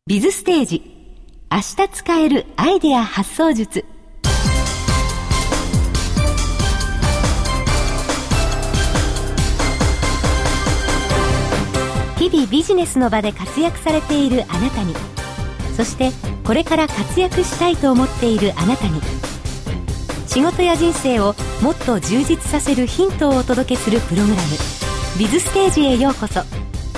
ビズステージ、明日使えるアイデア発想術。日々ビジネスの場で活躍されているあなたに、そしてこれから活躍したいと思っているあなたに、仕事や人生をもっと充実させるヒントをお届けするプログラム、ビズステージへようこそ。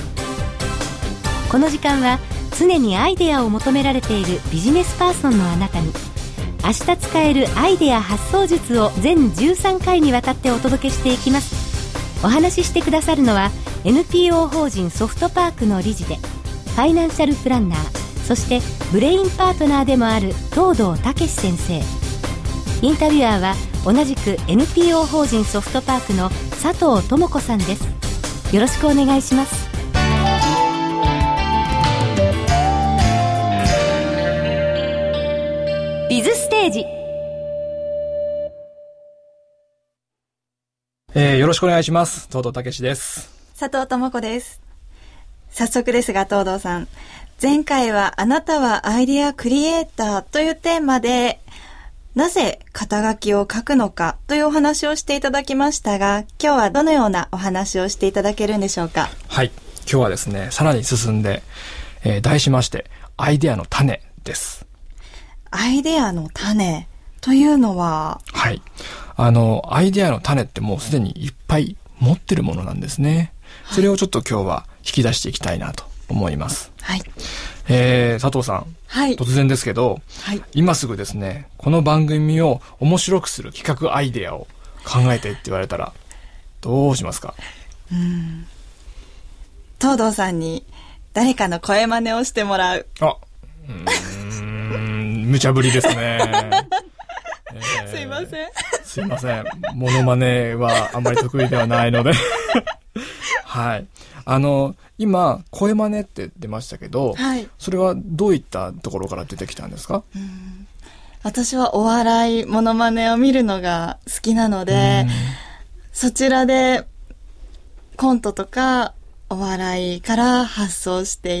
この時間は常にアイデアを求められているビジネスパーソンのあなたに、明日使えるアイデア発想術を全13回にわたってお届けしていきます。お話ししてくださるのは NPO 法人ソフトパークの理事でファイナンシャルプランナー、そしてブレインパートナーでもある東堂武先生。インタビュアーは同じく NPO 法人ソフトパークの佐藤智子さんです。よろしくお願いします。ビズステージ、 よろしくお願いします。東堂武です。 佐藤智子です。早速ですが東堂さん、前回はあなたはアイデアクリエイターというテーマで、なぜ肩書きを書くのかというお話をしていただきましたが、今日はどのようなお話をしていただけるんでしょうか。 はい、今日はですね、さらに進んで、題しましてアイデアの種です。 アイデアの種というのは、 はい、アイデアの種ってもうすでにいっぱい持ってるものなんですね。それをちょっと今日は引き出していきたいなと思います。 はい。 佐藤さん、 はい、 突然ですけど、 はい、 今すぐですね、この番組を面白くする企画アイデアを考えてって言われたらどうしますか？ 東堂さんに誰かの声真似をしてもらう。 無茶ぶりですね。 すいません。 すいません。モノマネはあんまり得意ではないので。はい。今、声真似って出ましたけど、 はい、 それはどういったところから出てきたんですか？ 私はお笑い、モノマネを見るのが好きなので、そちらでコントとかお笑いから発想していって、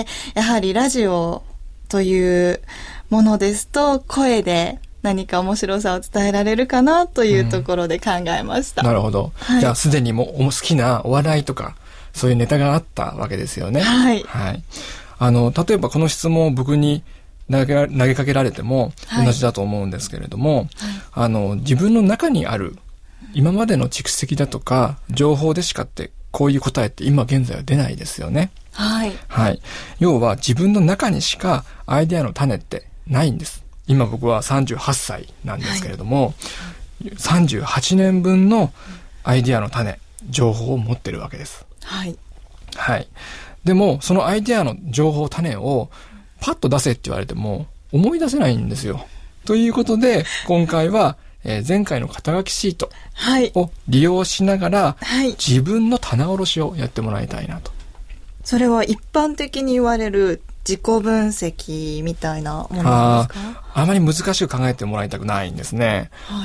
やはりラジオというものですと声で何か面白さを伝えられるかなというところで考えました。 なるほど。はい、じゃあすでにもう好きなお笑いとかそういうネタがあったわけですよね。 はい。 はい。例えばこの質問を僕に投げかけられても同じだと思うんですけれども、はい、自分の中にある今までの蓄積だとか情報でしかってこういう答えって今現在は出ないですよね。 はい。 はい。要は自分の中にしかアイデアの種ってないんです。今僕は38歳なんですけれども、はい、38年分のアイデアの種、情報を持ってるわけです。 はい。 はい。でも、そのアイデアの情報、種をパッと出せって言われても思い出せないんですよ。ということで、今回は、前回の肩書きシートを利用しながら、はい、自分の棚卸しをやってもらいたいなと。 それは一般的に言われる自己分析みたいなものなんですか？ あまり難しく考えてもらいたくないんですね。 はい、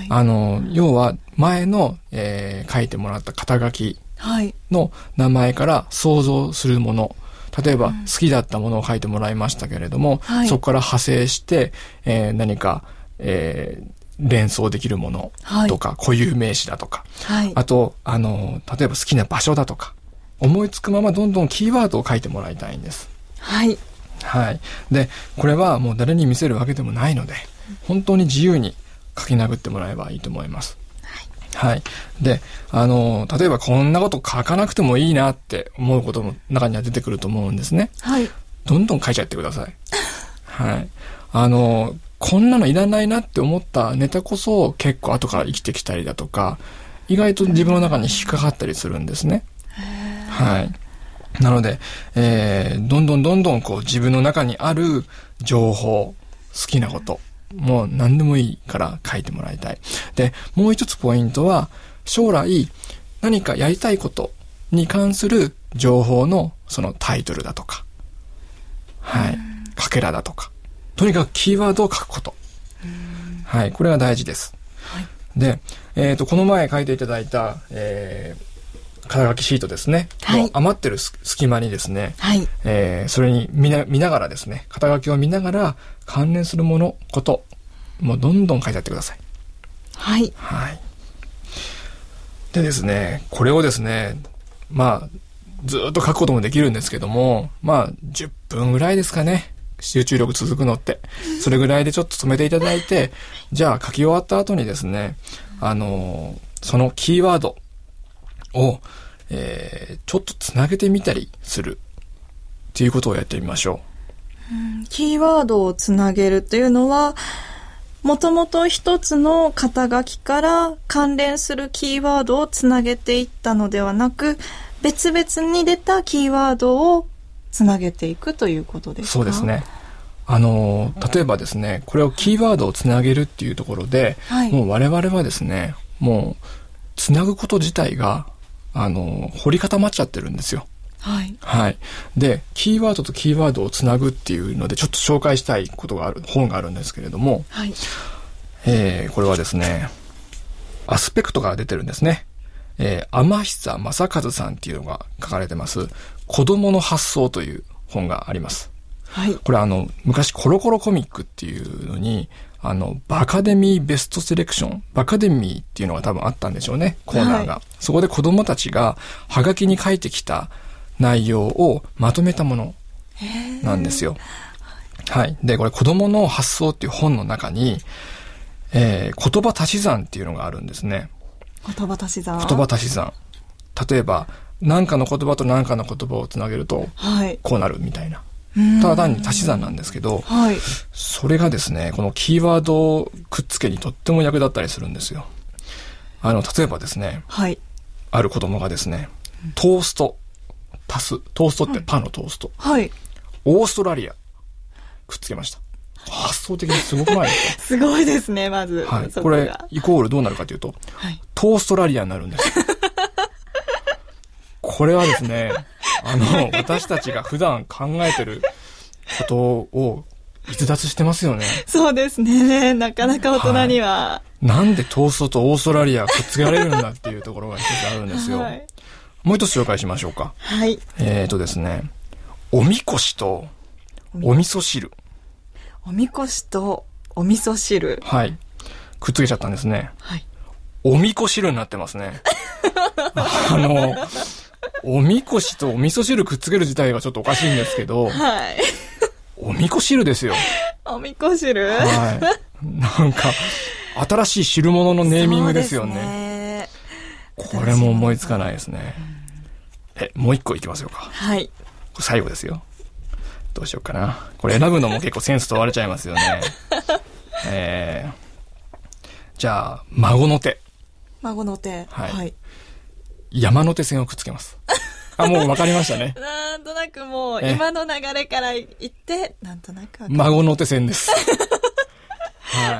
要は前の、書いてもらった肩書きの名前から想像するもの。例えば、好きだったものを書いてもらいましたけれども、はい、そこから派生して、何か、連想できるものとか、はい、固有名詞だとか、はい、あと、例えば好きな場所だとか、思いつくままどんどんキーワードを書いてもらいたいんです。 はい。 はい。で、これはもう誰に見せるわけでもないので、本当に自由に書き殴ってもらえばいいと思います。はい。はい。で、例えばこんなこと書かなくてもいいなって思うことも中には出てくると思うんですね。 はい。 どんどん書いちゃってください。はい。こんなのいらないなって思ったネタこそ結構後から生きてきたりだとか、意外と自分の中に引っかかったりするんですね。はい。なので、どんどんこう自分の中にある情報、好きなこと、もう何でもいいから書いてもらいたい。で、もう一つポイントは、将来何かやりたいことに関する情報のそのタイトルだとか、はい、かけらだとか、とにかくキーワードを書くこと。はい、これが大事です。はい、で、この前書いていただいた、 肩書きシートですね。 はい。 もう余ってる隙間にですね、 はい。 それに見ながらですね、肩書きを見ながら関連するもの、こと、もうどんどん書いてあってください。 はい。 はい。でですね、これをですね、まあ、ずっと書くこともできるんですけども、まあ、10分ぐらいですかね。集中力続くのって。それぐらいでちょっと止めていただいて、じゃあ書き終わった後にですね、そのキーワードを、ちょっとつなげてみたりするっていうことをやってみましょう。キーワードをつなげるというのは、もともと一つの肩書きから関連するキーワードをつなげていったのではなく、別々に出たキーワードをつなげていくということですか？ そうですね。例えばですね、これをキーワードをつなげるっていうところで、はい、もう我々はですね、もうつなぐこと自体が凝り固まっちゃってるんですよ。 はい。 はい。で、キーワードとキーワードをつなぐっていうので、ちょっと紹介したいことがある、本があるんですけれども、 はい。 これはですね、アスペクトから出てるんですね。天久正和さんっていうのが書かれてます、子供の発想という本があります。 はい。 これ昔コロコロコミックっていうのに、バカデミーベストセレクション、バカデミーっていうのが多分あったんでしょうね、コーナーが。はい、そこで子供たちがハガキに書いてきた内容をまとめたものなんですよ。はい。で、これ子供の発想っていう本の中に、言葉足し算っていうのがあるんですね。 言葉足し算。 言葉足し算。例えば、何かの言葉と何かの言葉をつなげると、こうなるみたいな。ただ単に足し算なんですけど、 はい、 それがですね、このキーワードをくっつけにとっても役立ったりするんですよ。例えばですね、 はい、 ある子供がですね、トースト、足す。トーストってパンのトースト。 はい。 オーストラリア、くっつけました。発想的にすごくないですか？ すごいですね、まず。 はい。これ、イコールどうなるかというと、 はい、 トーストラリアになるんです。これはですね、私たちが普段考えてることを逸脱してますよね。 そうですね。なかなか大人には。 はい、なんでトーストとオーストラリアくっつけられるんだっていうところが一つあるんですよ。はい、もう一つ紹介しましょうか。 はい。 ですね、おみこしとお味噌汁。 おみこしとお味噌汁。 はい。くっつけちゃったんですね。 はい。 おみこ汁になってますね。おみこしとお味噌汁くっつける自体がちょっとおかしいんですけど、 はい。 おみこ汁ですよ。 おみこ汁？ はい。なんか、新しい汁物のネーミングですよね。 そうですね。 これも思いつかないですね。もう一個いきますよか。 はい。 これ最後ですよ。どうしようかな。これ選ぶのも結構センス問われちゃいますよね。じゃあ、孫の手。 孫の手。 はい。 はい、 山手線をくっつけます。もう分かりましたね。 なんとなくもう、今の流れから言って、なんとなく孫の手線です。はい。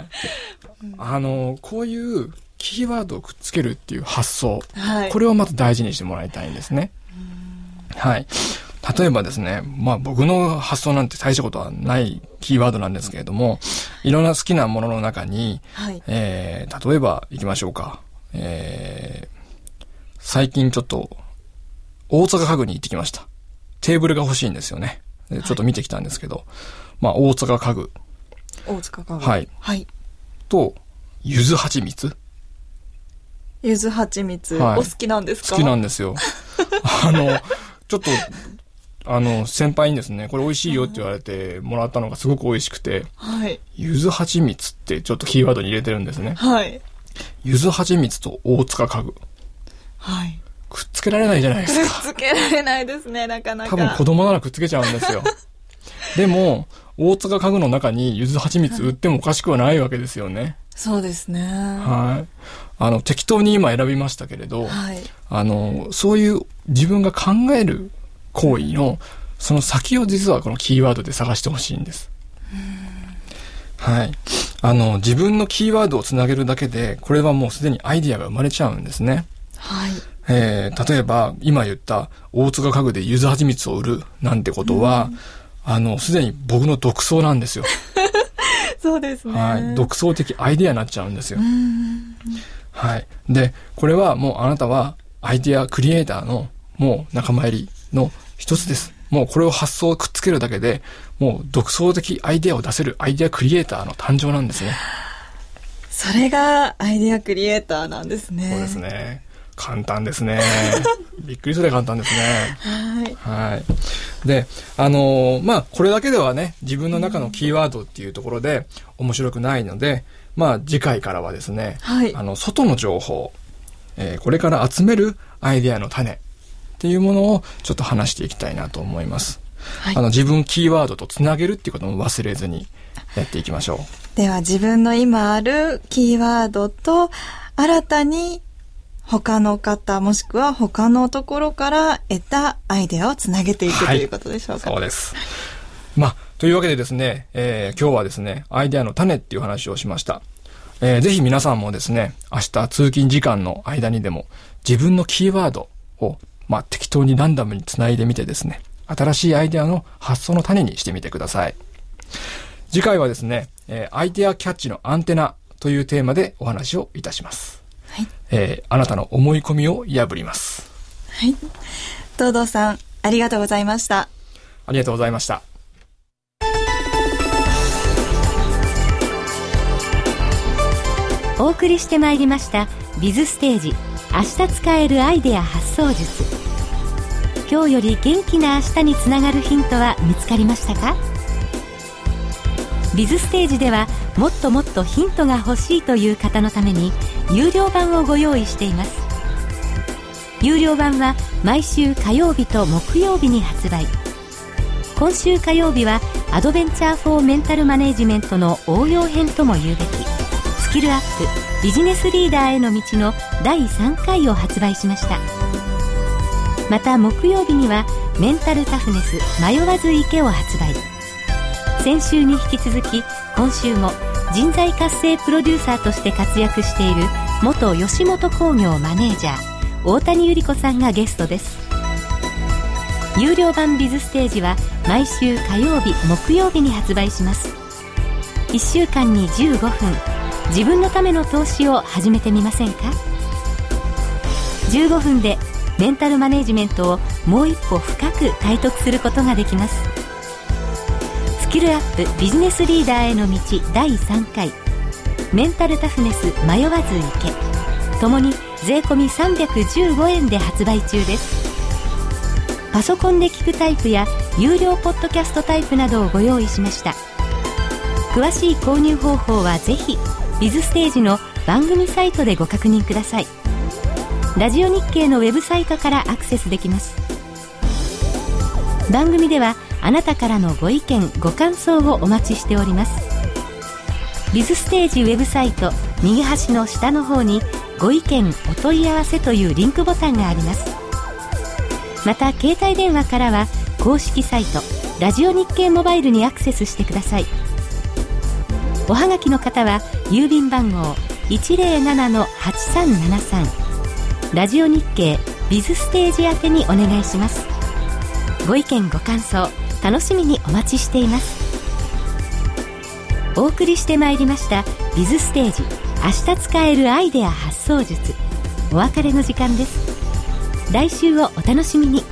こういうキーワードをくっつけるっていう発想。 はい。 これをまず大事にしてもらいたいんですね。はい。例えばですね、僕の発想なんて大したことはないキーワードなんですけれども、いろんな好きなものの中に、 はい、 例えば行きましょうか。最近ちょっと大阪家具に行ってきました。テーブルが欲しいんですよね。でちょっと見てきたんですけど、大阪家具。 大阪家具。 はい。 はい。 と、柚子蜂蜜。 柚子蜂蜜、はい、お好きなんですか？ 好きなんですよ。ちょっと、先輩にですね、これ美味しいよって言われてもらったのがすごく美味しくて、 はい。 柚子蜂蜜ってちょっとキーワードに入れてるんですね。 はい。 柚子蜂蜜と大塚家具。 はい。 くっつけられないじゃないですか。 くっつけられないですね、なかなか。 多分子供ならくっつけちゃうんですよ。でも、大塚家具の中に柚子蜂蜜売ってもおかしくはないわけですよね。 そうですね。 はい。適当に今選びましたけれど、 はい。 そういう自分が考える行為の、その先を実はこのキーワードで探してほしいんです。はい。自分のキーワードをつなげるだけで、これはもうすでにアイディアが生まれちゃうんですね。 はい。 例えば、今言った大塚家具で柚子蜂蜜を売るなんてことは、すでに僕の独創なんですよ。 そうですね。 はい。独創的アイディアになっちゃうんですよ。はい。で、これはもうあなたはアイデアクリエイターのもう仲間入りの一つです。もうこれを発想をくっつけるだけで、もう独創的アイデアを出せるアイデアクリエイターの誕生なんですね。 それがアイデアクリエイターなんですね。 そうですね。簡単ですね。びっくりする簡単ですね。はい。で、これだけではね、自分の中のキーワードっていうところで面白くないので、次回からはですね、外の情報、これから集めるアイデアの種っていうものをちょっと話していきたいなと思います。自分キーワードとつなげるっていうことも忘れずにやっていきましょう。 では自分の今あるキーワードと新たに他の方もしくは他のところから得たアイデアをつなげていくということでしょうか。 そうです。というわけでですね、今日はですね、アイデアの種っていう話をしました。ぜひ皆さんもですね、明日通勤時間の間にでも自分のキーワードを適当にランダムにつないでみてですね、新しいアイデアの発想の種にしてみてください。次回はですね、アイデアキャッチのアンテナというテーマでお話をいたします。あなたの思い込みを破ります。 東堂さん、ありがとうございました。 ありがとうございました。 お送りしてまいりましたビズステージ、明日使えるアイデア発想術。今日より元気な明日につながるヒントは見つかりましたか？ビズステージではもっともっとヒントが欲しいという方のために有料版をご用意しています。有料版は毎週火曜日と木曜日に発売。今週火曜日はアドベンチャーフォーメンタルマネジメントの応用編とも言うべきスキルアップビジネスリーダーへの道の第3回を発売しました。また木曜日にはメンタルタフネス迷わず行けを発売。先週に引き続き今週も人材活性プロデューサーとして活躍している元吉本興業マネージャー大谷百合子さんがゲストです。有料版ビズステージは毎週火曜日木曜日に発売します。1週間に15分自分のための投資を始めてみませんか？ 15 分でメンタルマネジメントをもう一歩深く体得することができます。スキルアップビジネスリーダーへの道第3回メンタルタフネス迷わず行けともに税込み315円で発売中です。パソコンで聞くタイプや有料ポッドキャストタイプなどをご用意しました。詳しい購入方法はぜひビズステージの番組サイトでご確認ください。ラジオ日経のウェブサイトからアクセスできます。番組ではあなたからのご意見ご感想をお待ちしております。ビズステージウェブサイト右端の下の方にご意見お問い合わせというリンクボタンがあります。また携帯電話からは公式サイトラジオ日経モバイルにアクセスしてください。おはがきの方は郵便番号 107-8373 ラジオ日経ビズステージ宛てにお願いします。ご意見ご感想楽しみにお待ちしています。お送りしてまいりましたビズステージ明日使えるアイデア発想術、お別れの時間です。来週をお楽しみに。